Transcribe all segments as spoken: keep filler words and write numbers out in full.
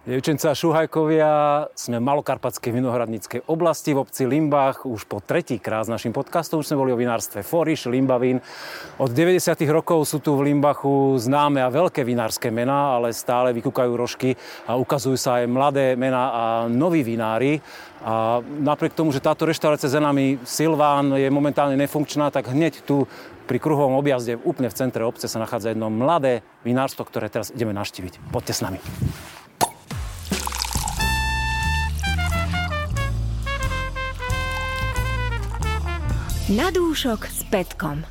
Dievčencá a šuhajkovia, sme v malokarpatskej vinohradníckej oblasti v obci Limbach. Už po tretíkrát s našim podcastom už sme boli o vinárstve Foriš, Limbavín. Od deväťdesiatych rokov sú tu v Limbachu známe a veľké vinárske mená, ale stále vykúkajú rožky a ukazujú sa aj mladé mená a noví vinári. A napriek tomu, že táto reštaurácia za nami Silván je momentálne nefunkčná, tak hneď tu pri kruhovom objazde úplne v centre obce sa nachádza jedno mladé vinárstvo, ktoré teraz ideme navštíviť. Poďte s nami. Na dúšok s Petkom.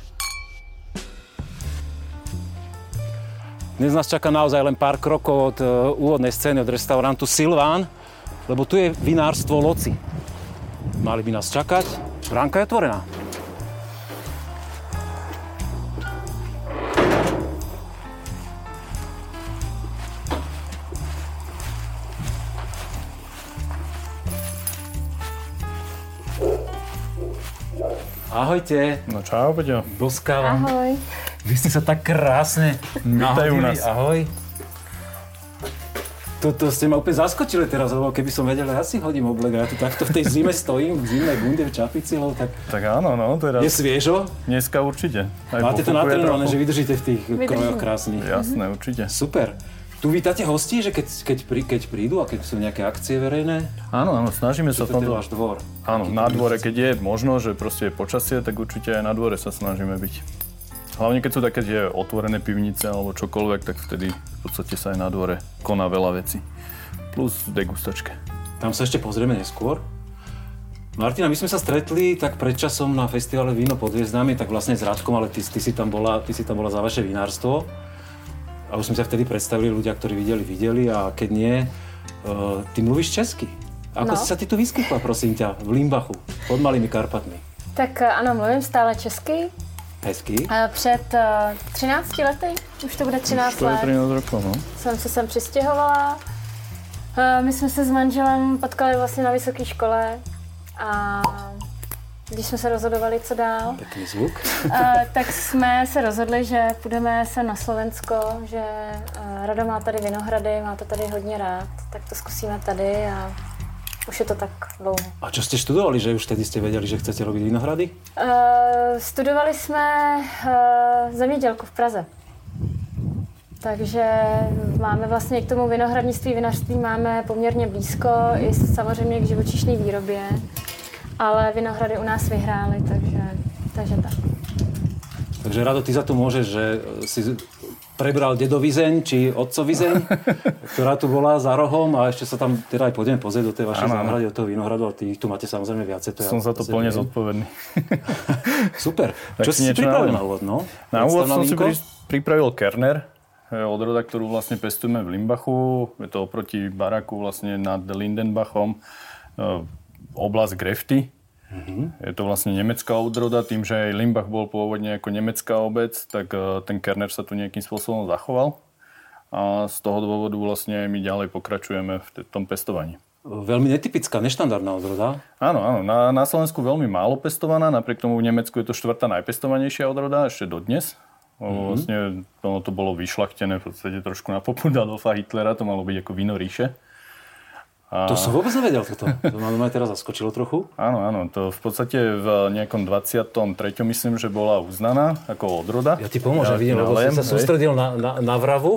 Dnes nás čaká naozaj len pár krokov od uh, úvodnej scény, od restaurantu Silván, lebo tu je vinárstvo Loci. Mali by nás čakať. Bránka je otvorená. Ahojte. No čau, Peťo. Boskávam. Ahoj. Vy ste sa tak krásne Vítajú nás. Ahoj. Toto ste ma úplne zaskočili teraz, lebo keby som vedel, ja si hodím oblek. Ja tu takto v tej zime stojím, v zimnej bunde, v čapici, lebo tak... Tak áno, no teraz... Je sviežo? Dneska určite. Aj máte to natrénované, že vydržíte v tých Vydržím. krojoch krásnych. Jasné, určite. Super. Tu vítate hostí, že keď, keď, prí, keď prídu a keď sú nejaké akcie verejné? Áno, áno, snažíme sa to v je tomto... váš dvor. Áno, na dvore, keď je možno, že proste je počasie, tak určite aj na dvore sa snažíme byť. Hlavne keď sú také tie otvorené pivnice alebo čokoľvek, tak vtedy v podstate sa aj na dvore koná veľa vecí. Plus v degustačke. Tam sa ešte pozrieme neskôr. Martina, my sme sa stretli tak pred časom na festivale Víno pod hviezdami, tak vlastne s Radkom, ale ty, ty, si tam bola, ty si tam bola za vaše vinárstvo. A už sme sa vtedy predstavili, ľudia, ktorí videli, videli a keď nie, uh, ty mluvíš česky. Ako no. si sa ty tu vyskytla, prosím ťa, v Limbachu, pod Malými Karpatmi? Tak ano, mluvím stále česky. Hezky. Před uh, třinácti lety, už to bude třináct to je let, trinásť rokov, no. jsem se sem přistěhovala. Uh, my jsme se s manželem potkali vlastně na vysoké škole a když jsme se rozhodovali, co dál, Pekný zvuk. uh, tak jsme se rozhodli, že půjdeme se na Slovensko, že uh, Rado má tady Vinohrady, má to tady hodně rád, tak to zkusíme tady a už je to tak dlouho. A čo ste študovali, že už vtedy ste vedeli, že chcete robiť vinohrady? Uh, studovali jsme uh, zemědělku v Praze. Takže máme vlastně k tomu vinohradnictví, vinařství máme poměrně blízko, i samozřejmě k živočišné výrobě, ale vinohrady u nás vyhrály, takže, takže tak. Takže Rado, ty za to môžeš, že si prebral dedovizeň, či otcovizeň, ktorá tu bola za rohom a ešte sa tam teda aj pôjdeme pozrieť do tej vašej záhrady, do toho vinohradu, ale ty tu máte samozrejme viacej. To Som ja za to plne zodpovedný. Super. Tak Čo si niečo pripravil na na úvod, no? Na úvod som si Vínko? pri, pripravil Kerner, odroda, ktorú vlastne pestujeme v Limbachu. Je to oproti baraku vlastne nad Lindenbachom, oblasť Grefty. Mm-hmm. Je to vlastne nemecká odroda, tým, že aj Limbach bol pôvodne ako nemecká obec, tak ten Kerner sa tu nejakým spôsobom zachoval. A z toho dôvodu vlastne my ďalej pokračujeme v tom pestovaní. Veľmi netypická, neštandardná odroda. Áno, áno. Na, na Slovensku veľmi málo pestovaná, napriek tomu v Nemecku je to štvrtá najpestovanejšia odroda ešte dodnes. Mm-hmm. Vlastne ono to bolo vyšľachtené v podstate trošku na popud Adolfa Hitlera, to malo byť ako víno ríše. A... To som vôbec nevedel toto. To ma doma teraz zaskočilo trochu. Áno, áno. To v podstate v nejakom dvadsiatom treťom myslím, že bola uznaná ako odroda. Ja ti pomôžem, ja vidím, lebo si sa sústredil na, na, na vravu.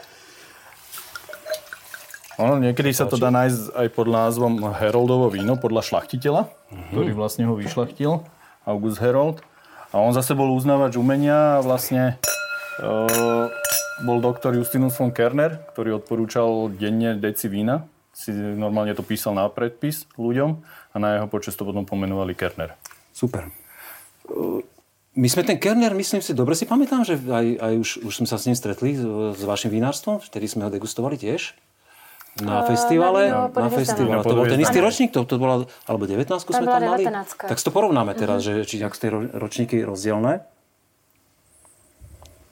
Ono, niekedy sa to dá nájsť aj pod názvom Heroldovo víno, podľa šlachtiteľa, mm-hmm. ktorý vlastne ho vyšlachtil, August Herold. A on zase bol uznávač umenia a vlastne e, bol doktor Justinus von Kerner, ktorý odporúčal denne deci vína. Si normálne to písal na predpis ľuďom a na jeho počest to potom pomenovali Kerner. Super. My sme ten Kerner, myslím si, dobre si pamätám, že aj, aj už, už sme sa s ním stretli, s vašim vinárstvom, vtedy sme ho degustovali tiež. Na festivale, na, na festivale. To bol ten istý ročník, to, to bola, alebo devätnásku sme tam mali. Tak si to porovnáme teraz, uh-huh. že či ak sú tie ročníky rozdielne.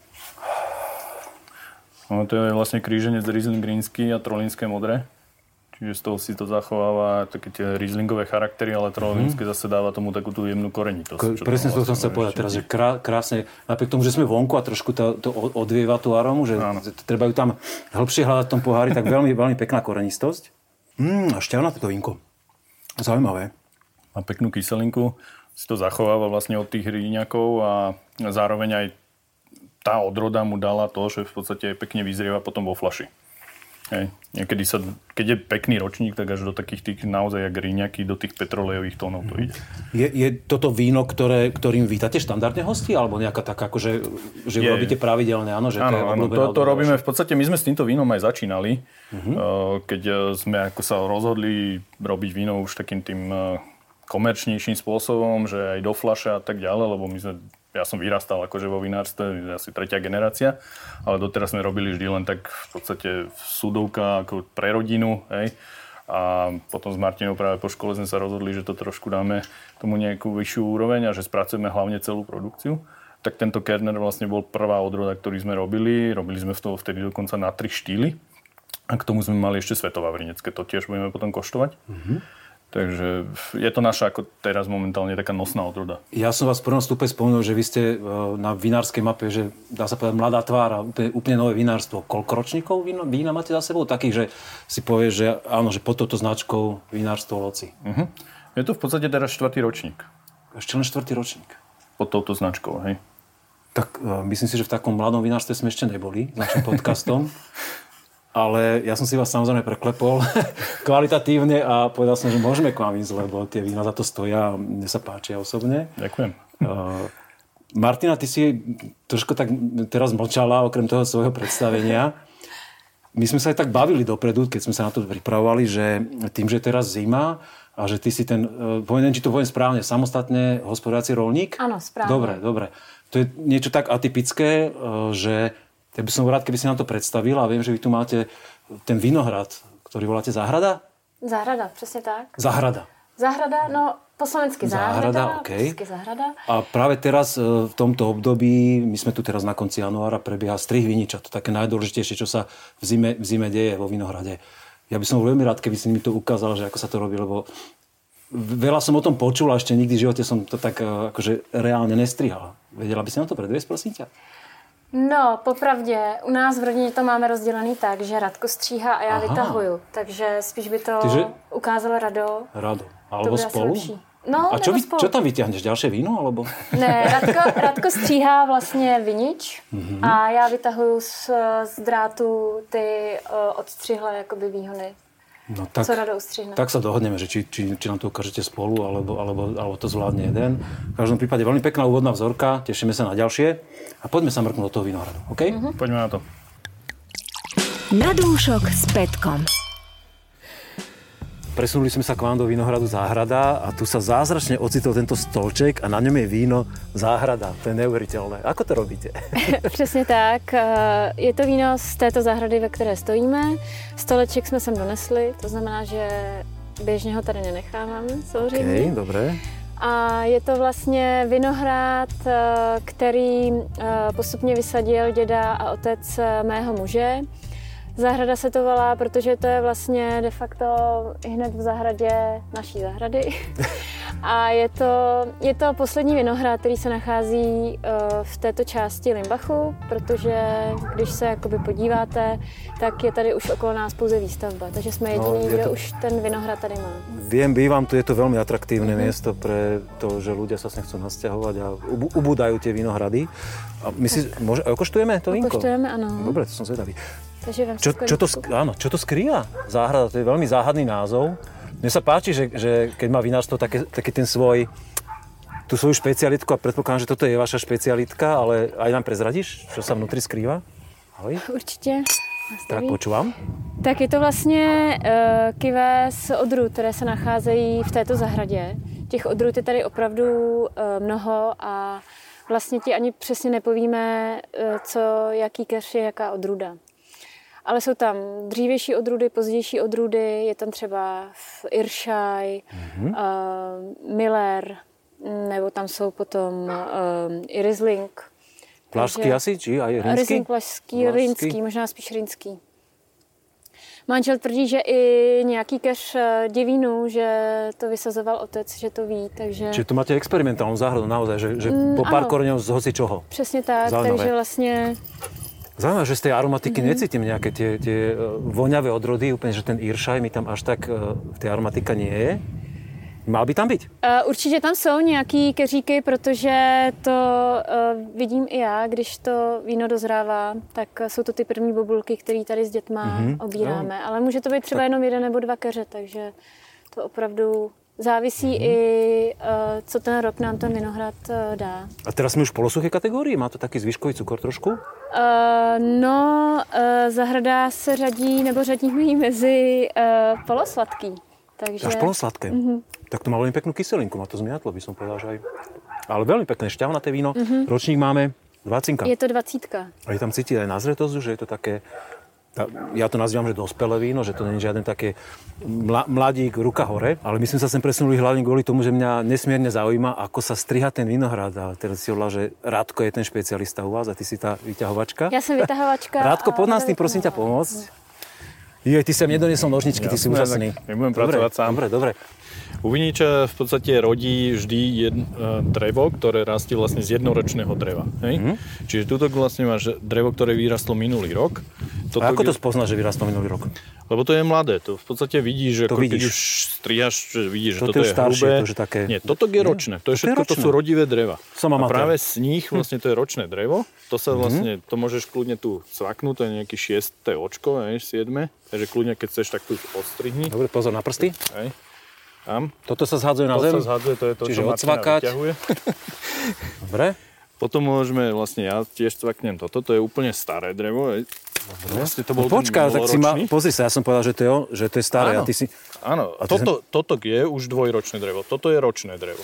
No, to je vlastne kríženec Riesling Grínsky a Trolínske modré. čiže z toho si to zachováva také tie rizlingové charaktery, ale trollinské mm-hmm. zase dáva tomu takú tú jemnú korenitosť. Ko, presne to som chcel povedať teraz, že krá, krásne, napriek tomu, že sme vonku a trošku to, to odvieva tú arómu, že áno. Treba ju tam hĺbšie hľadať v tom pohári, tak veľmi, veľmi pekná korenistosť. Mmm, a šťavnaté to vínko. Zaujímavé. Má peknú kyselinku, si to zachováva vlastne od tých hríňakov a zároveň aj tá odroda mu dala to, že v podstate pekne vyzrieva potom vo fľaši. Hej. Niekedy sa, keď je pekný ročník, tak až do takých tých naozaj jak ríňaky, do tých petrolejových tónov to ide. Je, je toto víno, ktoré, ktorým vítate štandardne hostí? Alebo nejaká taká, akože, že je, robíte pravidelne? Áno, že áno, to je áno, to, to robíme v podstate, my sme s týmto vínom aj začínali. Uh-huh. Keď sme ako sa rozhodli robiť víno už takým tým komerčnejším spôsobom, že aj do fľaše a tak ďalej, lebo my sme ja som vyrastal akože vo vinárstve, asi tretia generácia, ale doteraz sme robili vždy len tak v podstate súdovka ako pre rodinu, hej. A potom s Martinou práve po škole sme sa rozhodli, že to trošku dáme tomu nejakú vyššiu úroveň a že spracujeme hlavne celú produkciu. Tak tento Kerner vlastne bol prvá odroda, ktorý sme robili. Robili sme v toho vtedy dokonca na tri štýly. A k tomu sme mali ešte Svetovavrinecké. To tiež budeme potom koštovať. Mm-hmm. Takže je to naša ako teraz momentálne taká nosná odroda. Ja som vás v prvom stupe spomenul, že vy ste na vinárskej mape, že dá sa povedať mladá tvár a úplne, úplne nové vinárstvo. Koľko ročníkov vína, vína máte za sebou? Takých, že si povieš, že áno, že pod touto značkou vinárstvo Loci. Uh-huh. Je to v podstate teraz štvrtý ročník. Ešte len štvrtý ročník. Pod touto značkou, hej. Tak myslím si, že v takom mladom vinárstve sme ešte neboli s našim podcastom. Ale ja som si vás samozrejme preklepol kvalitatívne a povedal som, že môžeme k vám ísť, lebo tie vína za to stoja a mne sa páčia osobne. Ďakujem. Uh, Martina, ty si trošku tak teraz mlčala okrem toho svojho predstavenia. My sme sa aj tak bavili dopredu, keď sme sa na to pripravovali, že tým, že je teraz zima a že ty si ten, uh, poviem, či to poviem správne, samostatne hospodáriaci roľník? Áno, správne. Dobre, dobre. To je niečo tak atypické, uh, že ja by som rád, keby si nám to predstavila a viem, že vy tu máte ten vinohrad, ktorý voláte Záhrada? Záhrada, presne tak. Záhrada. Záhrada, no po slovensky Záhrada. Záhrada, okej. Okay. Záhrada. A práve teraz v tomto období, my sme tu teraz na konci januára, prebieha strih viniča. To také najdôležitejšie, čo sa v zime, v zime deje vo vinohrade. Ja by som bol veľmi rád, keby si mi to ukázal, že ako sa to robí, lebo veľa som o tom počul a ešte nikdy v živote som to tak akože reálne nestrihal. Vedela by si nám to predviesť, prosím ťa? No, popravdě, u nás v rodině to máme rozdělený tak, že Radko stříhá a já Aha. vytahuju. Takže spíš by to Tyže... ukázalo Rado. Rado. Alebo spolu? No, a čo, vy, spolu. čo tam vyťahneš? Ďalšie víno? Alebo? Ne, Radko, Radko stříhá vlastně vinič mm-hmm. a já vytahuju z, z drátu ty uh, odstřihlé jakoby výhony. No tak, tak sa dohodneme, že či, či, či nám to ukážete spolu, alebo, alebo, alebo to zvládne jeden. V každom prípade veľmi pekná úvodná vzorka, tešíme sa na ďalšie a poďme sa mrknúť do toho vinohradu, OK? Uh-huh. Poďme na to. Na dúšok s Petkom. Presunuli sme sa k vám do vinohradu Záhrada a tu sa zázračne ocitol tento stolček a na ňom je víno Záhrada. To je neuveriteľné. Ako to robíte? Přesně tak. Je to víno z této zahrady, ve které stojíme. Stoleček jsme sem donesli, to znamená, že běžně ho tady nenecháváme, samozřejmě. OK, dobré. A je to vlastně vinohrad, který postupně vysadil děda a otec mého muže. Zahrada se to volá, protože to je vlastně de facto hned v zahradě naší zahrady. A je to, je to poslední vinohrad, který se nachází v této části Limbachu, protože když se jakoby podíváte, tak je tady už okolo nás pouze výstavba. Takže jsme jediní, no, kdo to... už ten vinohrad tady má. Viem, bývam tu, je to veľmi atraktívne mm-hmm. miesto pre to, že ľudia sa nechcú nasťahovať a ubúdajú tie vinohrady. A my si, môže, okoštujeme to vínko? Okoštujeme, áno. Dobre, to som zvedavý. Čo, čo, to, áno, čo to skrýva? Záhrada, to je veľmi záhadný názov. Mne sa páči, že, že keď má vinárstvo také, taký ten svoj, tú svoju špecialitku a predpokladám, že toto je vaša špecialitka, ale aj nám prezradíš, čo sa vnútri skrýva? Ahoj. Určitě. Tak počúvam. Tak je to vlastně uh, kivé z odrůd, které se nacházejí v této zahradě. Těch odrůd je tady opravdu uh, mnoho a vlastně ti ani přesně nepovíme, uh, co, jaký keř je, jaká odrůda. Ale jsou tam dřívější odrůdy, pozdější odrůdy, je tam třeba Iršaj, mm-hmm. uh, Miller, nebo tam jsou potom uh, i Riesling. Plašský asi, či aj rýnsky? Riesling plašský, rýnský, možná spíš rýnský. Manžel tvrdí, že i nějaký keř divínu, že to vysazoval otec, že to ví, takže... Čiže tu máte experimentálnu záhradu naozaj, že, že mm, po pár koreňov z hoci čoho. Přesně tak, Zaujímavé. Takže vlastně... Zaujímavé, že z tej aromatiky mm-hmm. necítim nejaké tie, tie voňavé odrody, úplne, že ten íršaj mi tam až tak v tej aromatika nie je. Mal by tam být? Uh, určitě tam jsou nějaký keříky, protože to uh, vidím i já, když to víno dozrává, tak jsou to ty první bobulky, které tady s dětma mm-hmm. obíráme. No. Ale může to být třeba tak. jenom jeden nebo dva keře, takže to opravdu závisí mm-hmm. i, uh, co ten rok nám ten vinohrad uh, dá. A teraz jsme už v polosuché kategorii? Má to taký zvyškový cukor trošku? Uh, no, uh, zahrada se řadí, nebo řadíme ji mezi uh, polosladký. Takže... Až polosladké. Mm-hmm. Tak to má veľmi peknú kyselinku, ma to zmiatlo, by som povedal, že aj... Ale veľmi pekné, šťavnaté víno. Mm-hmm. Ročník máme dvacítka. Je to dvacítka. A je tam cítiť aj nazretosť, že je to také... Ja to nazývam, že dospelé víno, že to nie je žiaden také mla, mladík, ruka hore. Ale my sme sa sem presunuli hlavne kvôli tomu, že mňa nesmierne zaujíma, ako sa striha ten vinohrad. A teraz si hovorila, že Rádko je ten špecialista u vás a ty si tá vyťahovačka. Ja som vyťahovačka. Rádko, pod nás tým prosím ťa pomôcť. Je, ty sem nedoniesol nožničky, ty si úžasný. Nebudem pracovať sám. Dobre, dobre. U viniča v podstate rodí vždy jedno, uh, drevo, ktoré rastie vlastne z jednoročného dreva. Hej? Mm-hmm. Čiže tuto vlastne máš drevo, ktoré vyrastlo minulý rok. Toto a ako je... to spoznáš, že vyrastlo minulý rok? Lebo to je mladé. To v podstate vidíš, že to ako, vidíš. keď už strihaš, že vidíš, že toto, toto je, je staršie, hrubé. To je také... Nie, toto je ročné. To je všetko, to sú rodivé dreva. Som a práve z nich vlastne to je ročné drevo. To sa vlastne, to môžeš kľudne tu cvaknúť, to je nejaké šiesté očko, hej, siedme. Takže kľudne, keď chceš, tak tu odstrihni. Dobre, pozor na prsty. Hej. Tam. Toto sa zhadzuje na zem. To sa zhadzuje, to je to, čiže čo Martina vyťahuje. Dobre. Potom môžeme, vlastne ja tiež cvaknem toto, to je úplne staré drevo. Dobre. Vlastne to bol no, počká, tak si ma, pozri sa, ja som povedal, že to je, že to je staré. Áno, a ty si... áno. A toto, sem... toto je už dvojročné drevo, toto je ročné drevo.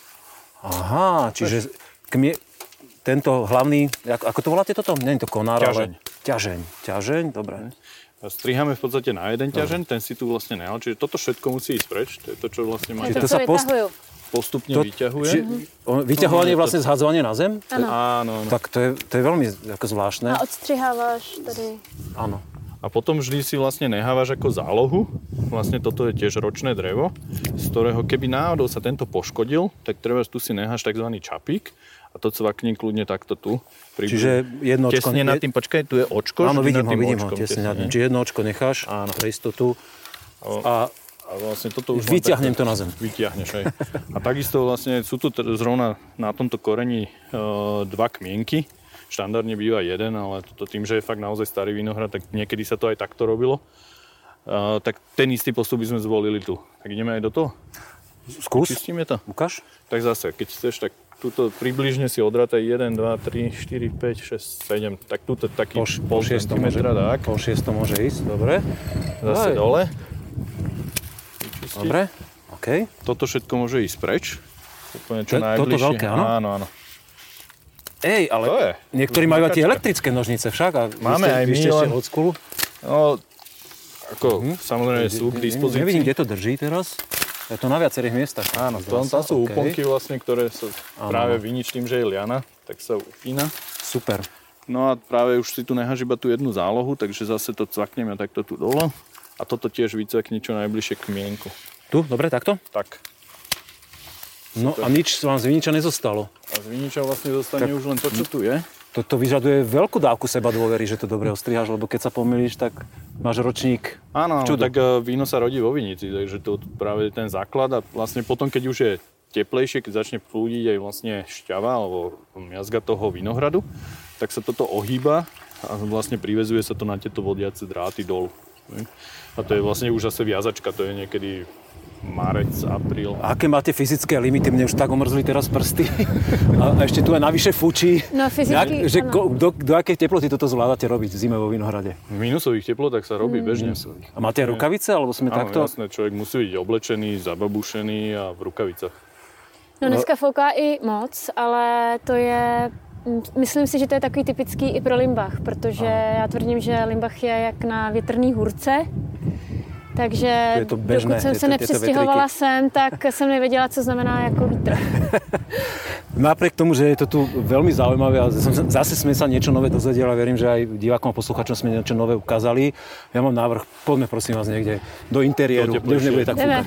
Aha, čiže kmie... tento hlavný, ako to voláte toto? Nie je to konár, ťažeň. ale... Ťažeň. Ťažeň, dobre. Striháme v podstate na jeden ťažeň, ten si tu vlastne nehal, čiže toto všetko musí ísť preč, to je to, čo vlastne má. Čiže to sa post... postupne to... vyťahuje. Či... Vyťahovanie je vlastne zhadzovanie na zem? Áno. Áno. Tak to je, to je veľmi ako zvláštne. A odstrihávaš tady. Áno. A potom vždy si vlastne nehávaš ako zálohu. Vlastne toto je tiež ročné drevo, z ktorého keby náhodou sa tento poškodil, tak treba tu si necháš tzv. Čapík. A to cvakni kľudne takto tu. Približ... Čiže jedno očko... Tesne nad tým, počkaj, tu je očko. Áno, vidím ho, vidím očkom, ho, tesne nad tým. Čiže jedno očko necháš áno. pre istotu. A, a vlastne toto už vyťahnem to na zem. Vyťahneš, aj. A takisto vlastne sú tu zrovna na tomto koreni e, dva kmienky. Štandardne býva jeden, ale toto tým, že je fakt naozaj starý vinohrad, tak niekedy sa to aj takto robilo. E, tak ten istý postup by sme zvolili tu. Tak ideme aj do toho? Skús. Čistíme to? Ukáž. Tak zase, keď chceš, tak tuto približne si odrátaj jeden, dva, tri, štyri, päť, šesť, sedem. Tak tuto taký po, pol po centimetra, tak. Po šiesto môže ísť, dobre. Zase Aj. dole. Vyčistiť. Dobre, okej. Okay. Toto všetko môže ísť preč. Úplne čo najbližšie. Toto veľké, áno? Áno, áno. Ej, ale je, niektorí majú aj tie elektrické nožnice však. A máme ste, aj my, len... od skulu. No, ako, hm? samozrejme sú k dispozícii. Nevidím, kde to drží teraz. Je to na viacerých miestach. Áno, tam, tam sú okay. úponky vlastne, ktoré sa áno. práve vinič tým, že je liana, tak sa upína. Super. No a práve už si tu necháš iba tú jednu zálohu, takže zase to cvakneme takto tu dole. A toto tiež vycvakni čo najbližšie k mienku. Tu? Dobre, takto? Tak. No Super. A nič vám z viniča nezostalo? A z viniča vlastne zostane tak, už len to, čo tu je. Toto vyžaduje veľkú dávku seba dôvery, že to dobre ostriháš, lebo keď sa pomýliš, tak máš ročník. Áno, tak víno sa rodí vo vinici, takže to práve je ten základ a vlastne potom, keď už je teplejšie, keď začne plúdiť aj vlastne šťava alebo miazga toho vinohradu, tak sa toto ohýba a vlastne privezuje sa to na tieto vodiace dráty dolu. A to je vlastne už zase viazačka, to je niekedy marec, apríl. A aké máte fyzické limity? Mne už tak omrzli teraz prsty. A ešte tu aj navyše fučí. No fyzicky, že ko, do, do akej teploty toto zvládate robiť v zime vo vinohrade? V minusových teplotách sa robí mm. bežne. A máte rukavice? Alebo sme áno, takto? Jasné, človek musí byť oblečený, zababušený a v rukavicách. No dneska fouká i moc, ale to je... Myslím si, že to je takový typický i pro Limbach, protože já tvrdím, že Limbach je jak na větrný hůrce. Takže je to bežné, dokud jsem se nepřestěhovala sem, tak jsem nevěděla, co znamená jako vítr. Napriek tomu, že je to tu veľmi zaujímavé a zase sme sa niečo nové dozvedeli a verím, že aj divákom a poslucháčom sme niečo nové ukázali. Ja mám návrh, poďme prosím vás niekde do interiéru, kde už nebude tak fúkať.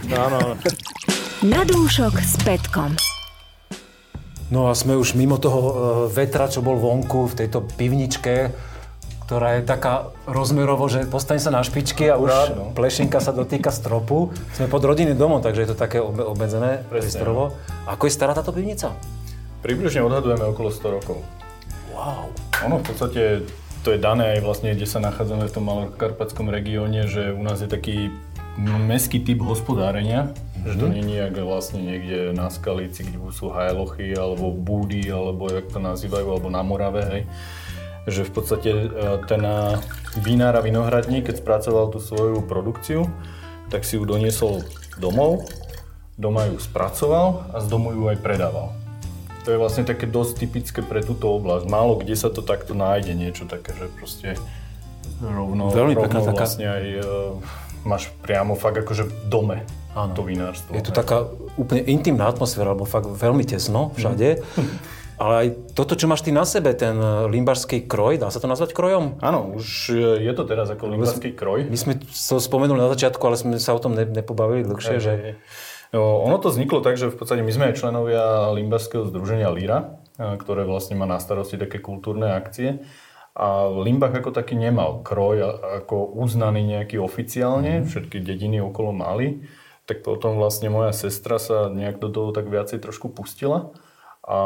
Na dúšok s Petkom. No a sme už mimo toho vetra, čo bol vonku v tejto pivničke, ktorá je taká rozmerovo, že postaví sa na špičky a už Rád, no. plešinka sa dotýka stropu. Sme pod rodinným domom, takže je to také obmedzené priestorovo. Ako je stará táto pivnica? Približne odhadujeme okolo sto rokov. Wow. Ono v podstate to je dané aj vlastne, kde sa nachádzame v tom malokarpatskom regióne, že u nás je taký mestský typ hospodárenia, mm-hmm. že to nie je jak vlastne niekde na Skalici, kde sú hajlochy, alebo búdy, alebo jak to nazývajú, alebo na Morave, hej. Že v podstate ten vinár a vinohradník, keď spracoval tú svoju produkciu, tak si ju doniesol domov, doma ju spracoval a z domu ju aj predával. To je vlastne také dosť typické pre túto oblasť. Málo kde sa to takto nájde, niečo také, že proste rovno, Veľmi rovno taká... vlastne aj uh, máš priamo fakt akože v dome Áno. to vinárstvo. Je to taká úplne intimná atmosféra, alebo fakt veľmi tesno všade. Mm. Ale aj toto, čo máš ty na sebe, ten limbašský kroj, dá sa to nazvať krojom? Áno, už je to teraz ako limbašský kroj. My sme to spomenuli na začiatku, ale sme sa o tom nepobavili dlhšie, aj, že... Aj, aj. No, ono to vzniklo tak, že v podstate my sme aj členovia limbašského združenia Líra, ktoré vlastne má na starosti také kultúrne akcie. A Limbach ako taký nemal kroj ako uznaný nejaký oficiálne, mm. všetky dediny okolo mali. Tak potom vlastne moja sestra sa nejak do toho tak viacej trošku pustila. A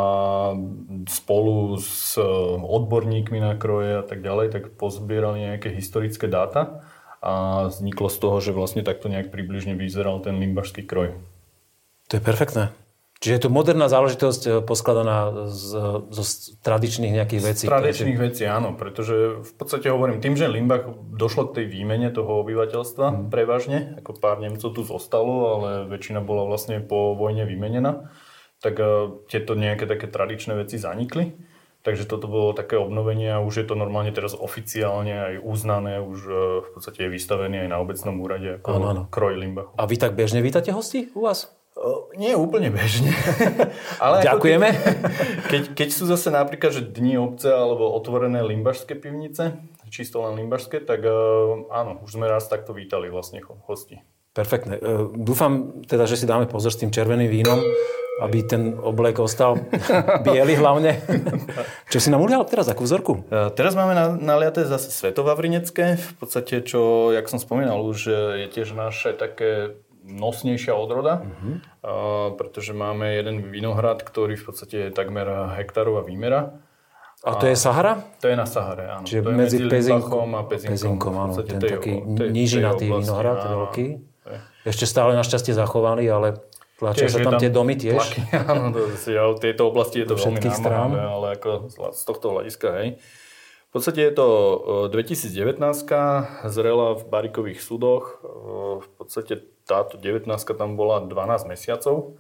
spolu s odborníkmi na kroje a tak ďalej, tak pozbierali nejaké historické dáta. A vzniklo z toho, že vlastne takto nejak približne vyzeral ten limbašský kroj. To je perfektné. Čiže je to moderná záležitosť poskladaná z, zo tradičných nejakých vecí. Z tradičných ktoré... vecí, áno. Pretože v podstate hovorím, tým, že Limbach došlo k tej výmene toho obyvateľstva mm. prevažne, ako pár Nemcov tu zostalo, ale väčšina bola vlastne po vojne vymenená, tak uh, tieto nejaké také tradičné veci zanikli. Takže toto bolo také obnovenie a už je to normálne teraz oficiálne aj uznané, už uh, v podstate je vystavený aj na obecnom úrade ako ano, ano. kroj Limbachu. A vy tak bežne vítate hostí u vás? Uh, nie úplne bežne. Ale ďakujeme. Keď, keď sú zase napríklad, že dni obce alebo otvorené limbašské pivnice, čisto len limbašské, tak uh, áno, už sme raz takto vítali vlastne hostí. Perfektné. Uh, dúfam teda, že si dáme pozor s tým červeným vínom, aby ten oblek ostal biely hlavne. Čo si nám ulial teraz, akú vzorku? Uh, teraz máme na, naliaté zase svetovavrinecké, v podstate, čo, jak som spomínal, už je tiež naše také nosnejšia odroda, uh-huh. uh, pretože máme jeden vinohrad, ktorý v podstate je takmer hektárová výmera. A to je Sahara? To je na Sahare, áno. Čiže to je medzi Limbachom a Pezinkom. Pezinkom, áno, ten tej, taký tej, nížinatý vinohrad, veľký. Ešte stále našťastie zachovaný, ale tlačia sa tam, tam tie domy tiež. Tlaky, áno, to, v tejto oblasti je to veľmi námahavé, ale ako z tohto hľadiska, hej. V podstate je to dvetisícdevätnásť, zrela v barikových súdoch. V podstate táto devätnásť tam bola dvanásť mesiacov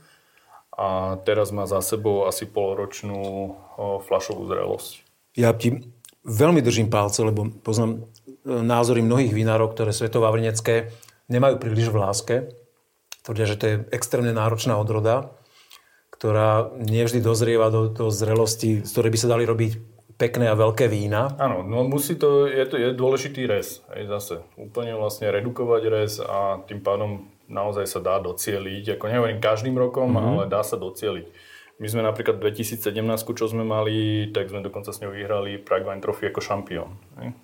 a teraz má za sebou asi polročnú fľašovú zrelosť. Ja ti veľmi držím palce, lebo poznám názory mnohých vinárov, ktoré svetovavrinecké nemajú príliš v láske. Tvrdia, že to je extrémne náročná odroda, ktorá nevždy dozrieva do, do zrelosti, z ktorej by sa dali robiť pekné a veľké vína. Áno, no musí to, je to je dôležitý rez, aj zase. Úplne vlastne redukovať rez a tým pádom naozaj sa dá docieliť, ako nehovorím každým rokom, mm-hmm. ale dá sa docieliť. My sme napríklad v dvetisícsedemnásť, čo sme mali, tak sme dokonca s ňou vyhrali Prague Wine Trophy ako šampión.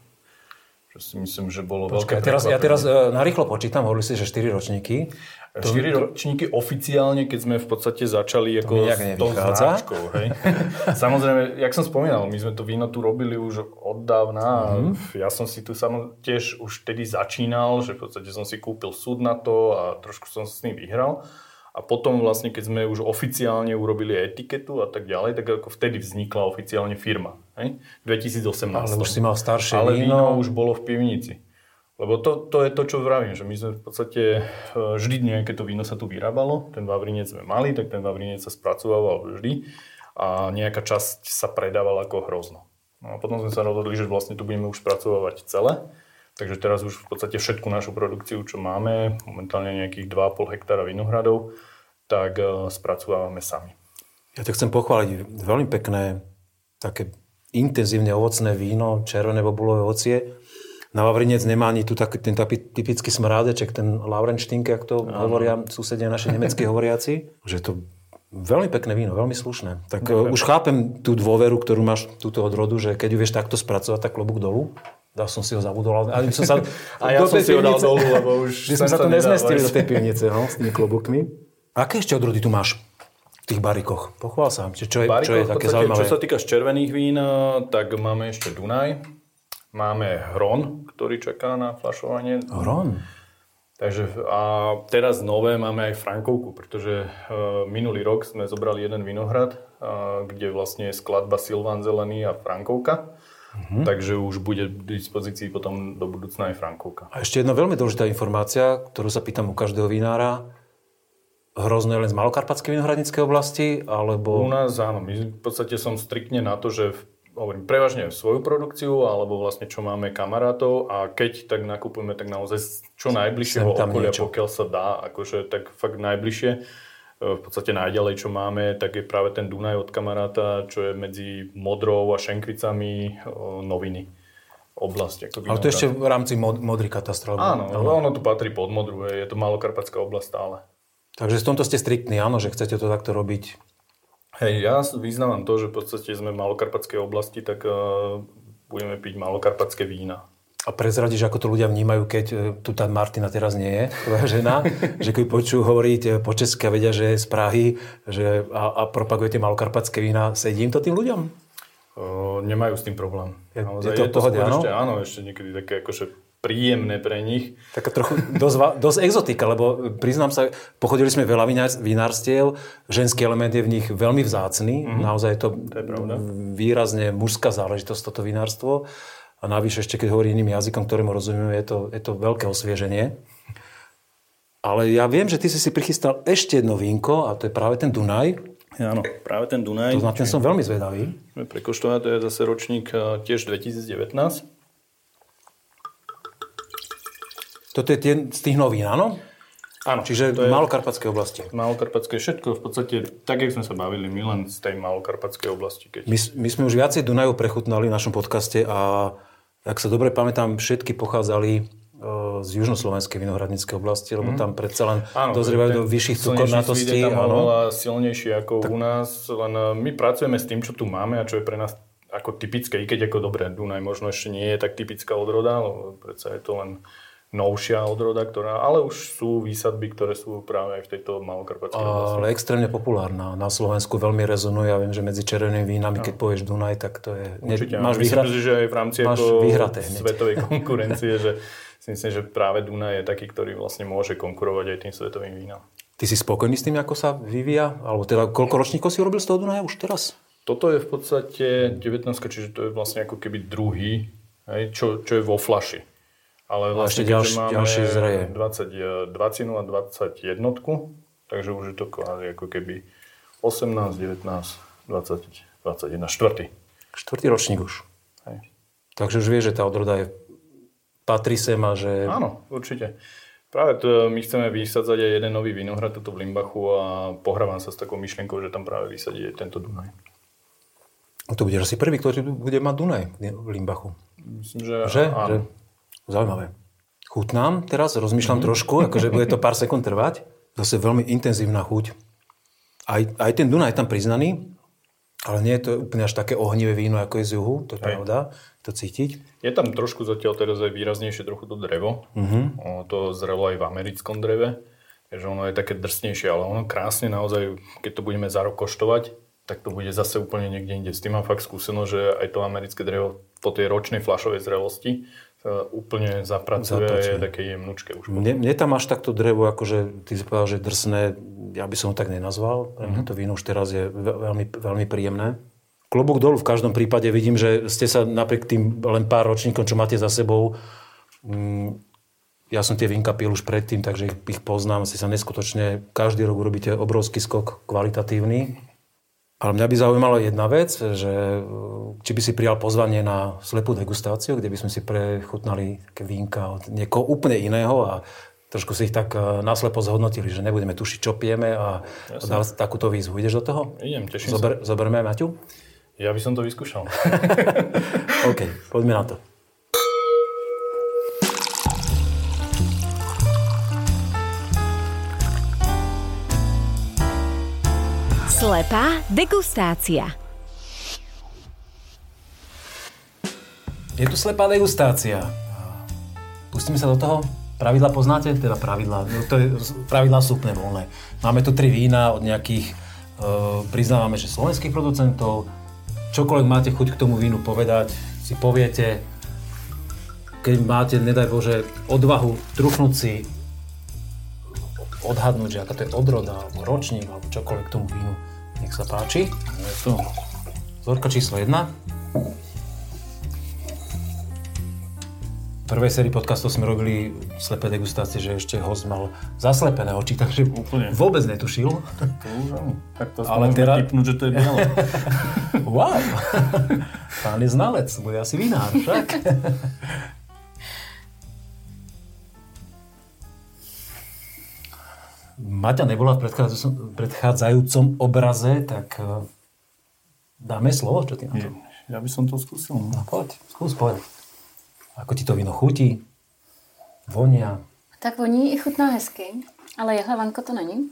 Čo si myslím, že bolo Počkaj, veľké teraz, ja teraz uh, narýchlo počítam, hovorili si, že štyri ročníky. štyri ročníky oficiálne, keď sme v podstate začali ako s tou značkou. Hej. Samozrejme, jak som spomínal, my sme to víno tu robili už od dávna. Mm-hmm. Ja som si tu samo, tiež už vtedy začínal, že v podstate som si kúpil súd na to a trošku som s ním vyhral. A potom vlastne, keď sme už oficiálne urobili etiketu a tak ďalej, tak ako vtedy vznikla oficiálne firma. Hej? dvetisícosemnásť. Ale už si mal staršie Ale víno. víno už bolo v pivnici. Lebo to, to je to, čo vravím, že my sme v podstate vždy nejaké to víno sa tu vyrábalo, ten vavrinec sme mali, tak ten vavrinec sa spracovával vždy a nejaká časť sa predávala ako hrozno. No a potom sme sa rozhodli, že vlastne tu budeme už spracovávať celé. Takže teraz už v podstate všetku našu produkciu, čo máme, momentálne nejakých dva a pol hektára vinohradov, tak spracovávame sami. Ja to chcem pochváliť. Veľmi pekné, také intenzívne ovocné víno, červené bobulové ovocie. Na Vavrinec nemá ani tu taký, ten typický smrádeček, ten Laurenštinke, jak to Aha. hovoria susedia naši nemeckí hovoriaci. Že je to veľmi pekné víno, veľmi slušné. Tak Dobre. Už chápem tú dôveru, ktorú máš túto od rodu, že keď ju vieš takto spracovať, tak klobúk dolu. Dal som si ho zabudol. A, som sa, a ja som si ho dal dolu, lebo už sme sa to nezmestili do tej pivnice, no, s tými klobúkmi. Aké ešte odrody tu máš v tých barikoch? Pochvál sa. Čo, čo, je, čo je také podstate, zaujímavé? Čo sa týka z červených vín, tak máme ešte Dunaj. Máme Hron, ktorý čaká na fľašovanie. Hron? Takže a teraz nové máme aj Frankovku, pretože uh, minulý rok sme zobrali jeden vinohrad, uh, kde vlastne je skladba Silván Zelený a Frankovka. Uh-huh. Takže už bude k dispozícii potom do budúcna aj Frankovka. A ešte jedna veľmi dôležitá informácia, ktorú sa pýtam u každého vinára. Hrozno je len z malokarpatskej vinohradníckej oblasti, alebo... U nás áno. My v podstate som striktne na to, že hovorím, prevažne svoju produkciu, alebo vlastne čo máme kamarátov a keď tak nakupujeme tak naozaj čo najbližšieho okolia, niečo. Pokiaľ sa dá, akože tak fakt najbližšie. V podstate najďalej, čo máme, tak je práve ten Dunaj od kamaráta, čo je medzi Modrou a Šenkvicami Noviny oblasť. Ale to ešte v rámci mod- Modry katastra. Áno, áno, ono tu patrí pod Modru, je to malokarpatská oblasť stále. Takže v tomto ste striktní, áno, že chcete to takto robiť? Hej, ja vyznávam to, že v podstate sme v malokarpatskej oblasti, tak uh, budeme piť malokarpatské vína. A prezradíš, ako to ľudia vnímajú, keď tu tá Martina teraz nie je, tvoja žena, že keď počujú hovoriť po česky a vedia, že je z Prahy že a, a propagujete malokarpatské vína, sedí im to tým ľuďom? Uh, nemajú s tým problém. Je, je to v pohode, áno? Ešte, áno, ešte niekedy také akože príjemné pre nich. Taká trochu dosť, dosť exotika, lebo priznám sa, pochodili sme veľa vinárstiev, ženský element je v nich veľmi vzácny, mm-hmm. naozaj je to, to je výrazne mužská záležitosť toto vinárstvo. A navyše ešte, keď hovorí iným jazykom, ktorému rozumieme, je to, je to veľké osvieženie. Ale ja viem, že ty si si prichystal ešte jedno vínko a to je práve ten Dunaj. Áno, práve ten Dunaj. To na ten som veľmi zvedavý. Prekoštovať, to je zase ročník tiež dvetisícdevätnásť. Toto je tie, z tých novín, áno? Áno. Čiže v malokarpatskej oblasti. Malokarpatské, všetko v podstate, tak jak sme sa bavili, my len z tej malokarpatskej oblasti. Keď... My, my sme už viacej Dunajov prechutnali v našom podcaste a ak sa dobre pamätám, všetky pochádzali uh, z južnoslovenskej vinohradníckej oblasti, lebo mm-hmm. tam predsa len áno, dozrievajú do vyšších cukornatostí. Tam oveľa silnejšie ako tak... u nás, len my pracujeme s tým, čo tu máme a čo je pre nás ako typické, i keď ako dobré, Dunaj možno ešte nie je tak typická odroda, lebo predsa je to len novšia odroda, ktorá, ale už sú výsadby, ktoré sú práve aj v tejto malokarpatskej oblasti. Ale extrémne populárna. Na Slovensku veľmi rezonuje. Ja viem, že medzi červenými vínami, no. keď povieš Dunaj, tak to je... Určite. Ne, máš vyhra... myslím, že aj v rámci vyhraté, svetovej konkurencie, že si myslím, že práve Dunaj je taký, ktorý vlastne môže konkurovať aj tým svetovým vínam. Ty si spokojný s tým, ako sa vyvíja? Alebo teda koľko ročníkov si urobil z toho Dunaja už teraz? Toto je v podstate devätnásť, čiže to je vlastne ako keby druhý, hej, čo, čo je vo fľaši. Ale vlastne, ďalší, máme dvadsať, dvadsať a dvadsaťjeden, takže už je to kvázi ako keby osemnásť, devätnásť, dvadsať, dvadsaťjeden, štvrtý. Štvrtý ročník už. Hej. Takže už vieš, že tá odroda je patrí sem a že... Áno, určite. Práve to, my chceme vysadzať aj jeden nový vinohrad tuto v Limbachu a pohrávam sa s takou myšlienkou, že tam práve vysadí aj tento Dunaj. A to budeš asi prvý, ktorý bude mať Dunaj v Limbachu. Myslím, že, že? áno. Že? Zaujímavé. Chutnám teraz, rozmýšľam mm. trošku, akože bude to pár sekúnd trvať. Zase veľmi intenzívna chuť. Aj, aj ten Dunaj je tam priznaný, ale nie je to úplne až také ohnivé víno, ako je z juhu, to je aj pravda, to cítiť. Je tam trošku zatiaľ teraz aj výraznejšie trochu to drevo. Mm-hmm. Ono to zrelo aj v americkom dreve, takže ono je také drsnejšie, ale ono krásne naozaj, keď to budeme za rok koštovať, tak to bude zase úplne niekde inde. S tým mám fakt skúsenosť, že aj to americké drevo po tej ročnej fľašovej zrelosti sa úplne zapracuje a je také jemnučké už. Mne, mne tam až takto drevo, akože ty si povedal, že drsné, ja by som ho tak nenazval. Mm-hmm. To víno už teraz je veľmi, veľmi príjemné. Klobúk dolu v každom prípade. Vidím, že ste sa napriek tým len pár ročníkom, čo máte za sebou, mm, ja som tie vínka pil už predtým, takže ich, ich poznám. Si sa neskutočne každý rok urobíte obrovský skok kvalitatívny. Ale mňa by zaujímala jedna vec, že či by si prijal pozvanie na slepú degustáciu, kde by sme si prechutnali také vínka od niekoho úplne iného a trošku si ich tak naslepo zhodnotili, že nebudeme tušiť, čo pijeme a dal takúto výzvu. Ideš do toho? Idem, teším Zober, sa. Zoberme Maťu? Ja by som to vyskúšal. OK, poďme na to. Slepá degustácia. Je tu slepá degustácia. Pustíme sa do toho. Pravidlá poznáte? Teda pravidlá. To je pravidlá sú úplne voľné. Máme tu tri vína od nejakých, uh, priznávame, že slovenských producentov. Čokoľvek máte chuť k tomu vínu povedať, si poviete. Keď máte, nedaj Bože, odvahu trúfnúť si, odhadnúť, že aká to je odroda, alebo ročník, alebo čokoľvek k tomu vínu. Nech sa páči. Je to. Vzorka číslo jedna. V prvej sérii podcastov sme robili slepé degustácie, že ešte host mal zaslepené oči, takže Úplne. vôbec netušil. To už áno. Tak to Ale môžeme teda- tipnúť, že to je biele. Wow! Pán je znalec, bude asi vinár, však? Maťa nebola v predchádzajúcom, predchádzajúcom obraze, tak uh, dáme slovo, čo ty na to? Ja by som to skúsil. No poď, skús, poď. Ako ti to víno chutí? Vonia? Tak voní i chutná hezky, ale jehlevanko to není.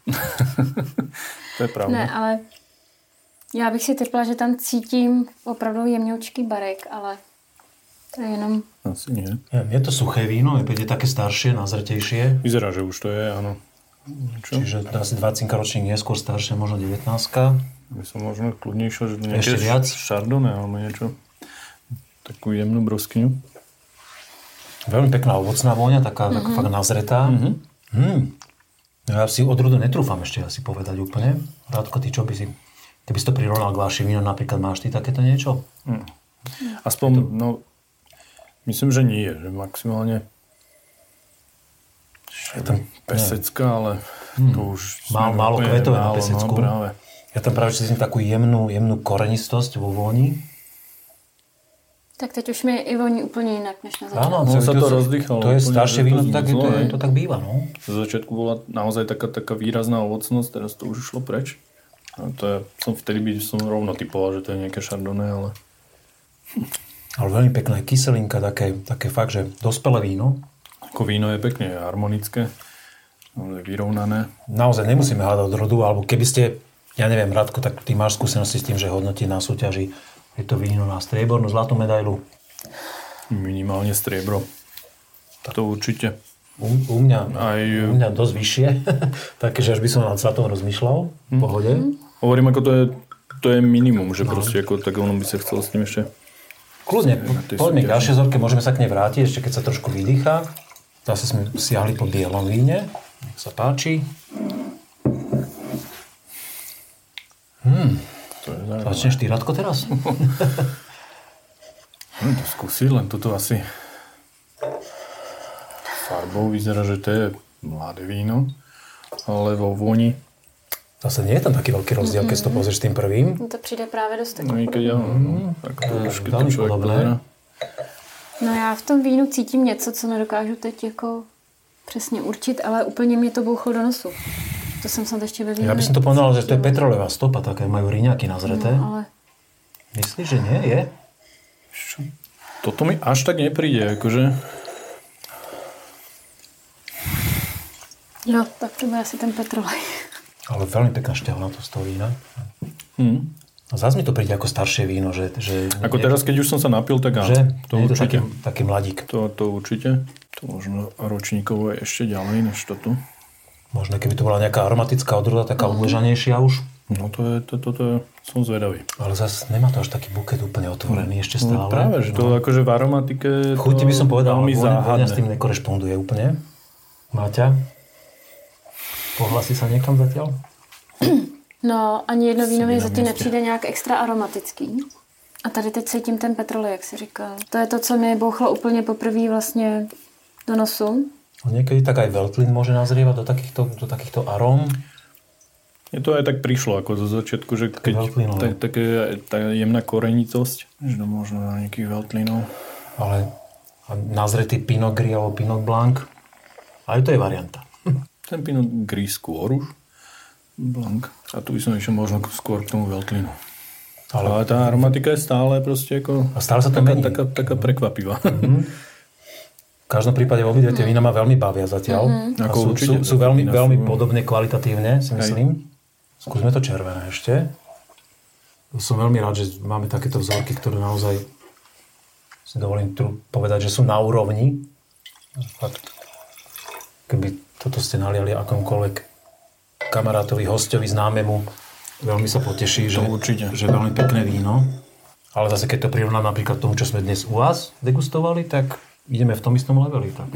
To je pravda. Ne, ale já bych si typla, že tam cítím opravdu jemňoučký barek, ale to je jenom... Asi nie. Je to suché víno, je také staršie, nazretejšie. Vyzerá, že už to je, áno. Čo? Čiže asi dvadsiatka ročník neskôr staršie, možno devätnástka. By som možno kľudnejšie, že to Ešte nejaké viac? Chardonnay alebo niečo. Takú jemnú broskyňu. Veľmi pekná ovocná vôňa, taká, mm-hmm. taká fakt nazretá. Mm-hmm. Mm. Ja si odrodu netrúfam ešte asi povedať úplne. Rádko, ty čo by si... Keby si to prirovnal k vašim vínom, napríklad máš ty takéto niečo? Mm. Aspoň, to... no... Myslím, že nie, že maximálne... Je tam pesecká, ale hmm. to už... Málo, málo kvetové na pesecku. No, práve. Ja tam práve cítim takú jemnú, jemnú korenistosť vo vôni. Tak teď už mi i voní úplně jinak, než na začátku. Áno, No, to, sa to, to rozdýchalo. To je úplne, staršie že víno, to tak je to, zmizlo, je to tak býva, no. Z začiatku bola naozaj taká, taká výrazná ovocnosť, teraz to už išlo preč. A to je, som vtedy by som rovno typoval, že to je nejaké Chardonnay, ale... Ale veľmi pekná kyselinka, také, také fakt, že dospelé víno. Ako víno je pekne harmonické, ale vyrovnané. Naozaj nemusíme hľadať odrodu, alebo keby ste, ja neviem, Radko, tak ty máš skúsenosti s tým, že hodnotí na súťaži, je to víno na striebornú, zlatú medailu. Minimálne striebro. To určite. U, u, mňa, Aj... u mňa dosť vyššie, také, že až by som nad zlatom rozmýšľal, v pohode. Hovorím, ako to je, to je minimum, že no. proste ako, tak ono by sa chcelo s tým ešte... Kľudne, poďme k ďalšej zorke, môžeme sa k nej vrátiť, ešte keď sa trošku vydýcha. Zase sme siahli po bielom víne, nech sa páči. Hmm. To je zaujímavé. Začneš ty, Radko, teraz? Hm, to skúsiť, len toto asi farbou vyzerá, že to je mladé víno, ale vo voni... Zase nie je tam taký veľký rozdiel, keď si to pozrieš s tým prvým. To přijde právě dost No takový. i keď ja, no, tak to už keď to veľmi človek podobné. pozera. No já v tom vínu cítím něco, co nedokážu teď jako přesně určit, ale úplně mě to bouchlo do nosu. To jsem snad ještě ve vínu. Ja by som to povedal, že to je petrolejová stopa, také majú riňaky nazreté. No, ale... Myslíš, že nie? Je? Čo? Toto mi až tak nepríde, akože... Jo, tak to bude asi ten petrolej. Ale veľmi pekná šťavna to z toho vína. Hm. A zase mi to príde ako staršie víno, že... že Ako teraz, keď už som sa napil, tak áno. že? To je to určite. taký, taký mladík. To, to určite. To možno ročníkovo je ešte ďalej než toto. Možno keby to bola nejaká aromatická odroda, taká uležanejšia už. No to je, to, to, to je, som zvedavý. Ale zase nemá to až taký buket úplne otvorený ešte stále. No, práve, že to no. akože v aromatike to Chuti by som povedal, veľmi ale vôňa záhadné. s tým nekorešponduje úplne. Máťa? Pohlasí sa niekam zatiaľ? No, ani jedno víno mi na zatím místě. nepřijde nějak extra aromatický. A tady teď cítím ten petrolej, jak jsi říkal. To je to, co mi bouchlo úplně poprvé vlastně do nosu. Niekedy tak aj veltlín môže nazrievať do takýchto, do takýchto aróm. Je to aj tak prišlo ako zo začiatku, že keď tá, taká tá jemná korenicosť, že to možno na nejakých veltlínov. Ale nazretý Pinot Gris alebo Pinot Blanc, aj to je varianta. Ten Pinot Gris skôr už, Blanc. A tu by som ešte možno skôr k tomu veltlínu. Ale, Ale tá aromatika je stále proste ako... A stále sa to taká, mení. Taká, taká prekvapivá. Mm-hmm. V každom prípade obidve tie vína ma veľmi bavia zatiaľ. Mm-hmm. Sú, sú, sú veľmi, veľmi podobné kvalitatívne, si myslím. Hej. Skúsme to červené ešte. Som veľmi rád, že máme takéto vzorky, ktoré naozaj si dovolím tu povedať, že sú na úrovni. Fakt, keby toto ste naliali akomkoľvek kamarátovi, hostovi, známemu, veľmi sa poteší, že, že veľmi pekné víno. Ale zase keď to prirovnám napríklad tomu, čo sme dnes u vás degustovali, tak ideme v tom istom leveli. Tak.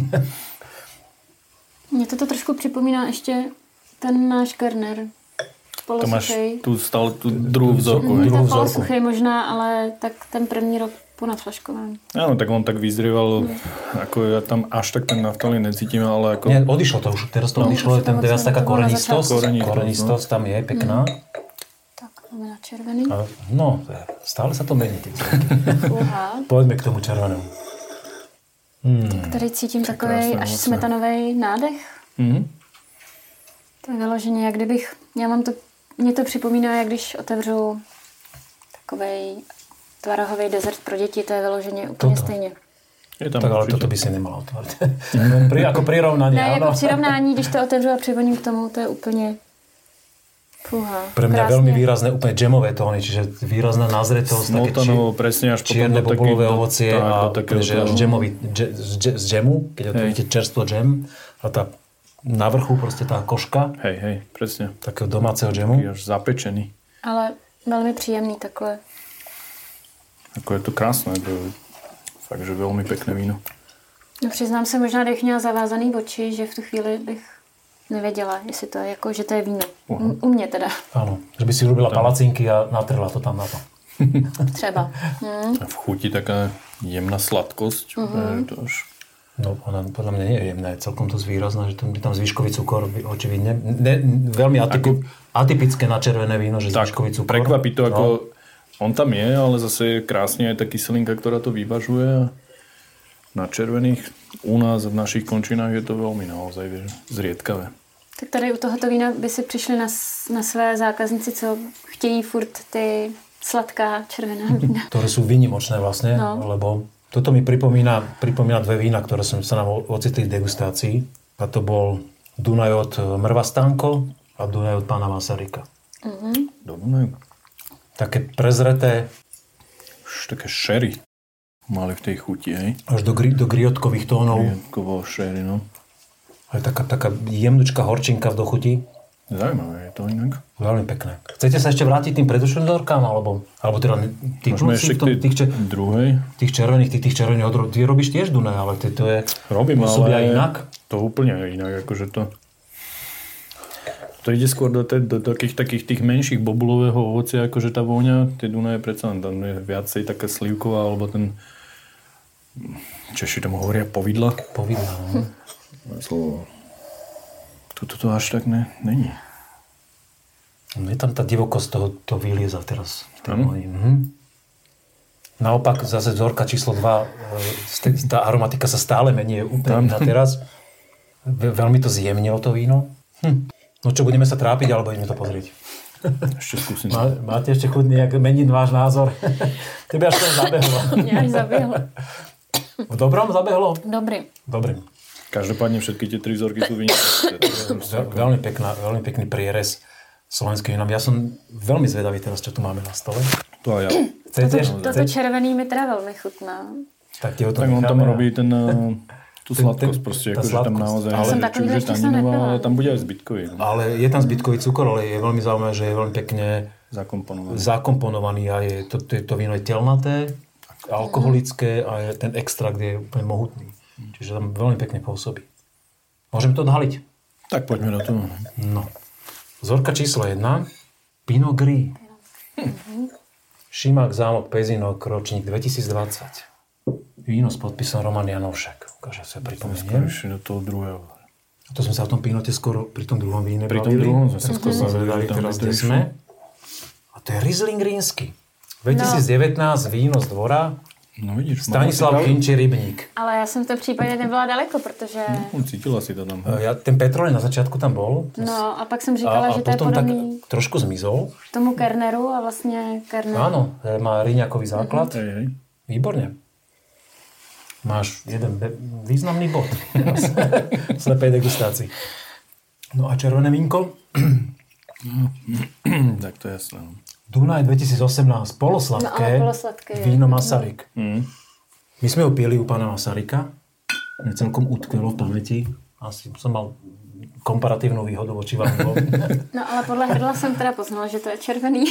Mně to trošku připomíná ještě ten náš Kerner. To máš tu stále tú druhú vzorku. Mm, to polosuchej možná, ale tak ten první rok po nadflaškování. Áno, tak on tak vyzrieval, mm. ako ja tam až tak ten naftalín necítim, ale ako... Nie, odišlo to už, teraz to no, odišlo, tam teraz taká korenistosť, korenistosť tam je pekná. Mm. Tak, máme na červený. A, no, stále sa to mení. Poďme k tomu červenému. Hmm. Tady cítím takovej až smetanovej nádech. Mm. To je vyloženě, jak kdybych, já mám to, mě to připomíná, jak když otevřu takovej tvarohový dezert pro děti, to je vyloženě úplně toto. Stejně. Je tam tak ale toto by si nemala otvárať. Pri, ako prirovnanie, ne, áno. jako přirovnání, když to otevřu a přivoním k tomu, to je úplně fúha. Pre mňa krásne. Veľmi výrazné, úplne džemové tóny, čiže výrazná nazretosť, také či, presne, až čierne bobulové ovocie tak, a také, že až džemový, dž, z džemu, keď otvoríte čerstvo džem a tá na vrchu proste tá koška. Hej, hej, presne. Takého domáceho džemu. Taký až zapečený. Ale veľmi príjemný takové. Ako je to krásne, to je fakt, že veľmi pekné víno. No přiznám se, možná bych měla zavázaný oči, že v tu chvíli bych nevěděla, jestli to je jako, že to je víno. Uh-huh. U mě teda. Áno, že by si urobila palacinky a natrela to tam na to. Třeba. Hmm. A v chuti taká jemná sladkosť. Uh-huh. To až... No, ona podľa mňa nie je jemná, je celkom to zvýrazná, že tam je tam zvýškový cukor, očividne. Ne, veľmi atypi, ako, atypické na červené víno, že zvýškový cukor. Prekvapí to, no. Ako on tam je, ale zase je krásne aj tá kyselinka, ktorá to vyvažuje. Na červených, u nás v našich končinách je to veľmi naozaj zriedkavé. Tak tady u tohoto vína by si přišli na, na své zákazníci, co chtějí furt ty sladká červená vína. Ktoré sú výnimočné vlastne, no. Lebo toto mi pripomína, pripomína dve vína, ktoré som sa nám ocitli v degustácii. A to bol Dunaj od Mrvastánko a Dunaj od pána Masaryka. Uh-huh. Do Dunaju. Také prezreté. Už také sherry mali v tej chuti, hej? Až do, gri, do griotkových tónov. Griotkovo sherry, no. Aj taká, taká jemnučká horčinka v dochuti. Zaujímavé je to inak. Veľmi pekné. Chcete sa ešte vrátiť tým predošlým vzorkám? Alebo, alebo teda tí ešte k tých, čer, druhej. Tých červených, tých, tých červených odrov. Ty robíš tiež Dunaj, ale ty, to je... Robím, ale inak. To úplne inak. Akože to... To ide skôr do, te, do takých, takých tých menších bobulového ovocia, akože tá vôňa. Tie Dunaje predsa tam je viacej taká slivková, alebo ten... Češi tomu hovoria povidla. Povidla, no. Slovo... Toto to až tak ne, není. Je tam tá divokosť toho to vylieza teraz. Mhm. Naopak zase vzorka číslo dva, tá aromatika sa stále mení úplne na teraz. Veľmi to zjemnilo to víno. Hm. No čo, budeme sa trápiť, alebo ideme to pozrieť? Ešte skúsim. Má, máte ešte chuť nejak meniť váš názor? Tebe až to zabehlo. Mňa až zabehlo. V dobrom zabehlo? Dobrý. Dobrý. Každopádne všetky tie tri vzorky sú vynikajúce. Veľmi pekná, veľmi pekný prierez slovenských vínom. Ja som veľmi zvedavý teraz, čo tu máme na stole. To aj ja. Toto, toto červený mi teda veľmi chutná. Tak, to tak on tam robí ten, tú sladkosť proste, akože tam naozaj, ale, že, či už je taninová, ale tam bude aj zbytkový. No. Ale je tam zbytkový cukor, ale je veľmi zaujímavé, že je veľmi pekne zakomponovaný. zakomponovaný a je, to, to, to víno je telnaté, alkoholické a je, ten extrakt je úplne mohutný. Čiže tam veľmi pekne pôsobí. Môžeme to odhaliť? Tak poďme do toho. No. Vzorka číslo jedna. Pinot Gris. Mm-hmm. Šimák, zámok, Pezinok, ročník dvetisícdvadsať. Víno s podpisom Roman Janoušek. Ukáže sa pripomeniem. Skôr do toho druhého. To sme sa o tom pínote skoro pri tom druhom víne Pri tom bavili. druhom sme sa Tak skoro sme bavili, zvedali že tam teraz, je to kde išlo. sme. A to je Riesling rínsky. dvetisícdevätnásť víno z dvora. No vidíš. Stanislav Kinči Rybník. Ale já jsem v tom případě nebyla daleko, protože... No, cítila si to tam. Ja, ten Petrol na začiatku tam bol. No a pak jsem A, říkala, a že to je potom tak podobný trošku zmizol. tomu Kerneru a vlastně Kerner... Áno, má riňakový základ. Hej, hej. Výborne. Máš jeden be- významný bod v slepej degustácii. No a červené vínko? Tak to je jasné. no. Dunaj dvetisícosemnásť, polosladké, No, ale polosladké je. víno Masaryk. Mm. My sme ho pili u pána Masaryka. Mne celkom utkvelo v pamäti. Asi som mal komparatívnu výhodu voči vám. No ale podle hrdla jsem teda poznala, že to je červený.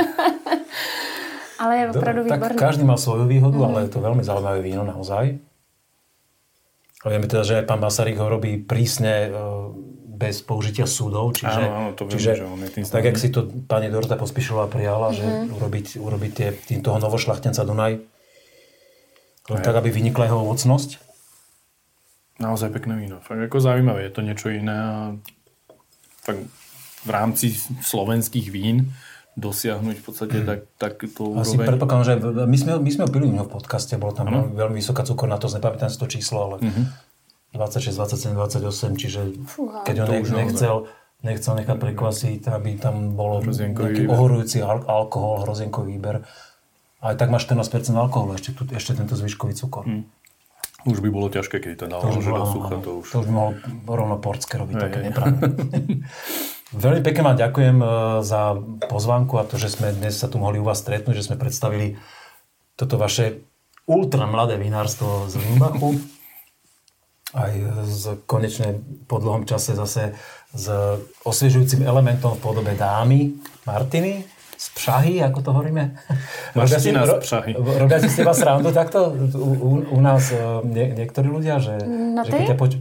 Ale je opravdu tak výborný. každý má svoju výhodu, ale je to veľmi zaujímavé víno naozaj. A vieme teda, že aj pán Masaryk ho robí prísne e, bez použitia súdov, čiže, Áno, áno, to viem, čiže že on je tým tak, jak známy. si to pani Dorota Pospíšilová prijala, že urobiť, urobiť tie, tým toho novošľachtenca Dunaj, len tak, aby vynikla jeho ovocnosť. Naozaj pekné víno. Fakt ako zaujímavé. Je to niečo iné a tak v rámci slovenských vín dosiahnuť v podstate tak, tak to Asi úroveň. predpokladám, že my sme, my sme ho pili u neho v podcaste, bolo tam veľmi, veľmi vysoká cukornatosť, nepamätám si to číslo, ale dvadsaťšesť, dvadsaťsedem, dvadsaťosem, čiže Fúha. keď on To ne, už naozaj. nechcel, nechcel nechať prekvasiť, aby tam bolo Hrozienkový nejaký výber. ohorujúci al- alkohol, hrozienkový výber. Aj tak má štrnásť percent alkoholu, ešte, tu, ešte tento zvyškový cukor. Hm. Už by bolo ťažké, keď to dalo, To už, že do áno, sucha, áno. to už... to už by mohol rovno portské robiť, Hej, také hej. nepravné. Veľmi pekne vám ďakujem e, za pozvánku a to, že sme dnes sa tu mohli u vás stretnúť, že sme predstavili toto vaše ultra mladé vinárstvo z Limbachu. Aj z konečne po dlhom čase zase s osviežujúcim elementom v podobe dámy Martiny z Prahy, ako to hovoríme. Martina Robia si- z Prahy. ro- Robia si z teba srandu takto? U, u, u nás e, nie, niektorí ľudia, že... No že ty? keď ťa poč-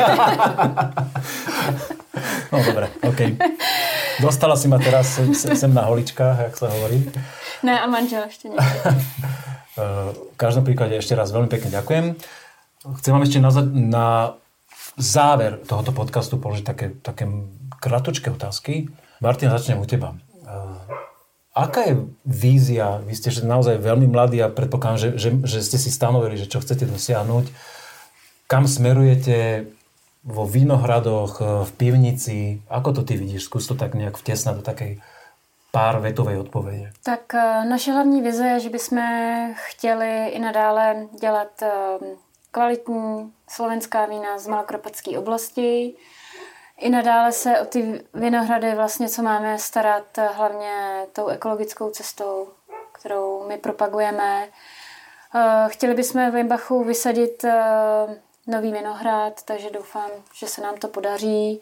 No dobre, okej. Dostala si ma teraz sem, sem na holičkách, jak sa hovorí. Ne, a manžel ještě nie. V každom príklade ešte raz veľmi pekne ďakujem. Chcem vám ešte na, za- na záver tohoto podcastu položiť také, také kratučké otázky. Martin, začnem u teba. Aká je vízia? Vy ste naozaj veľmi mladí a predpokladám, že, že, že ste si stanovili, že čo chcete dosiahnuť. Kam smerujete vo vínohradoch, v pivnici? Ako to ty vidíš? Skús to tak nejak vtesnať do takej pár vetovej odpovede. Tak eh, naše hlavní vize je, že bychom chtěli i nadále dělat eh, kvalitní slovenská vína z Malokarpatské oblasti. I nadále se o ty vinohrady vlastně, co máme, starat eh, hlavně tou ekologickou cestou, kterou my propagujeme. Eh, Chtěli bychom v Limbachu vysadit eh, nový vinohrad, takže doufám, že se nám to podaří.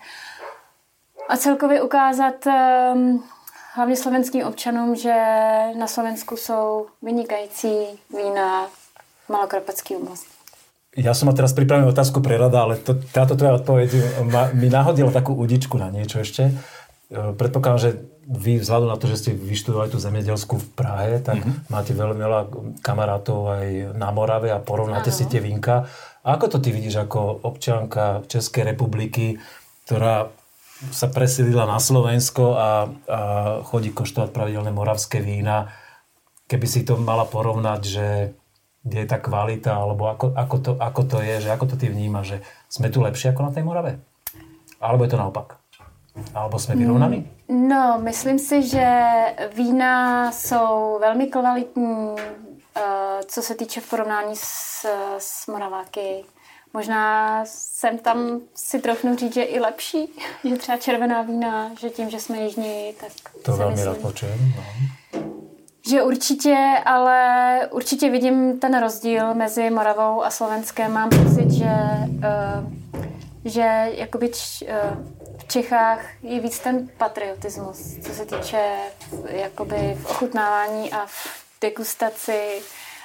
A celkově ukázat eh, hlavně slovenským občanům, že na Slovensku jsou vynikající vína v Malokarpatské oblasti. Ja som ma teraz pripravil otázku pre Rada, ale to, táto tvoja odpoveď ma, mi nahodila takú udičku na niečo ešte. E, Predpokladám, že vy vzhľadom na to, že ste vyštudovali tú zemedelskú v Prahe, tak mm-hmm. máte veľmi veľa kamarátov aj na Morave a porovnáte Áno. si tie vínka. A ako to ty vidíš ako občianka Českej republiky, ktorá sa presídlila na Slovensko a, a chodí koštovať pravidelné moravské vína? Keby si to mala porovnať, že kde je tá kvalita, alebo ako, ako, to, ako to je, že ako to ty vnímaš, že sme tu lepšie ako na tej Morave? Alebo je to naopak? Alebo jsme vyrovnaný? No, myslím si, že vína jsou velmi kvalitní, co se týče v porovnání s, s Moraváky. Možná jsem tam si troufnu říct, že i lepší, že třeba červená vína, že tím, že jsme jižní, tak to si velmi myslím, rád počujem. No. Že určitě, ale určitě vidím ten rozdíl mezi Moravou a Slovenskem. Mám pocit, že, uh, že jakoby č, uh, v Čechách je víc ten patriotismus, co se týče jakoby v ochutnávání a v degustaci.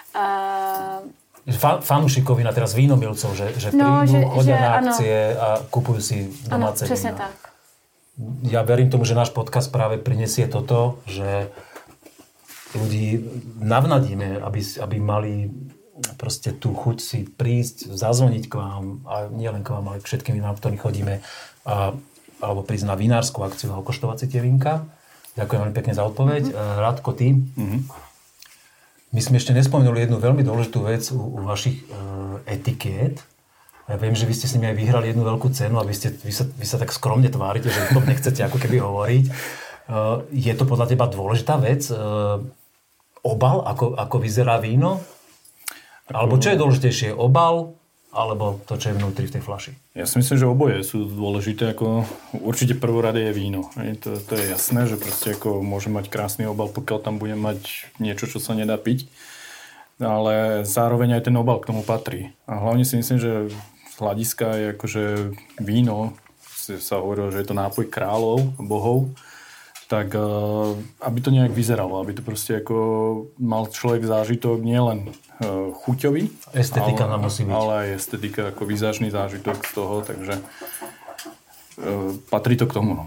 Uh, Fa, fanúšikovina teraz vínomilcov, že, že No, prídu, že- chodia že na áno. akcie a kupujú si ano, domáce přesně vína. tak. Ja verím tomu, že náš podcast práve prinesie toto, že ľudí navnadíme, aby, aby mali proste tú chuť si prísť, zazvoniť k vám, a nie len k vám, ale k všetkým vinám, ktorým chodíme, a, alebo prísť na vinárskú akciu a okoštovať si tie vínka. Ďakujem veľmi pekne za odpoveď. Mm-hmm. Radko, ty? Mm-hmm. My sme ešte nespomenuli jednu veľmi dôležitú vec u, u vašich uh, etikiet. Ja viem, že vy ste s nimi aj vyhrali jednu veľkú cenu a vy, ste, vy, sa, vy sa tak skromne tvárite, že to nechcete ako keby hovoriť. Uh, je to podľa teba dôležitá vec? Uh, obal, ako, ako vyzerá víno? Alebo čo je dôležitejšie? Obal alebo to, čo je vnútri v tej fľaši? Ja si myslím, že oboje sú dôležité. Ako určite prvorade je víno. To, to je jasné, že proste ako môže mať krásny obal, pokiaľ tam bude mať niečo, čo sa nedá piť. Ale zároveň aj ten obal k tomu patrí. A hlavne si myslím, že z hľadiska je akože víno, sa hovorilo, že je to nápoj kráľov, bohov, tak aby to nejak vyzeralo, aby to proste ako mal človek zážitok nielen chuťový, estetika ale, nám musí byť. Ale aj estetika ako výzažný zážitok z toho, takže e, patrí to k tomu. No.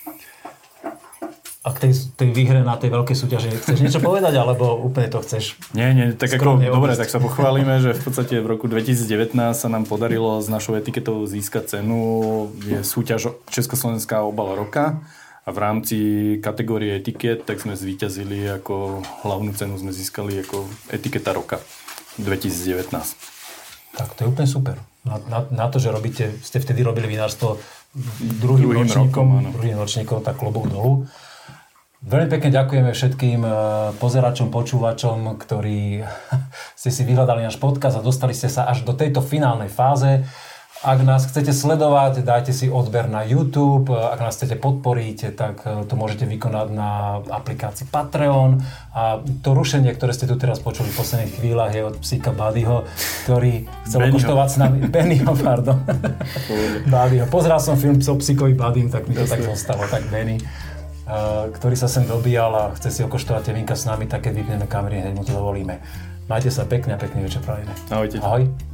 A k tej, tej výhre na tej veľkej súťaži chceš niečo povedať, alebo úplne to chceš? Nie, nie, tak ako, dobre, tak sa pochválime, že v podstate v roku dvetisícdevätnásť sa nám podarilo s našou etiketou získať cenu, je súťaž Československá obal roka. A v rámci kategórie etiket tak sme zvíťazili, ako hlavnú cenu sme získali ako etiketa roka dvetisícdevätnásť. Tak to je úplne super. Na, na, na to, že robíte, ste vtedy robili vinárstvo druhým, druhým ročníkom, rokom, druhým ročníkom, tak klobúk dolu. Veľmi pekne ďakujeme všetkým pozeračom, počúvačom, ktorí ste si vyhľadali náš podcast a dostali ste sa až do tejto finálnej fáze. Ak nás chcete sledovať, dajte si odber na YouTube. Ak nás chcete podporiť, tak to môžete vykonať na aplikácii Patreon. A to rušenie, ktoré ste tu teraz počuli v posledných chvíľach, je od psíka Buddyho, ktorý chcel okoštovať s nami... Bennyho, pardon. Buddyho. Pozeral som film o psíkovi Buddym, tak mi to tak zostalo. Tak Benny, ktorý sa sem dobíjal a chce si okoštovať tie vínka s nami, tak keď vypneme kamery, hneď mu to dovolíme. Majte sa pekne a pekný večer prajeme. Ahojte. Ahoj.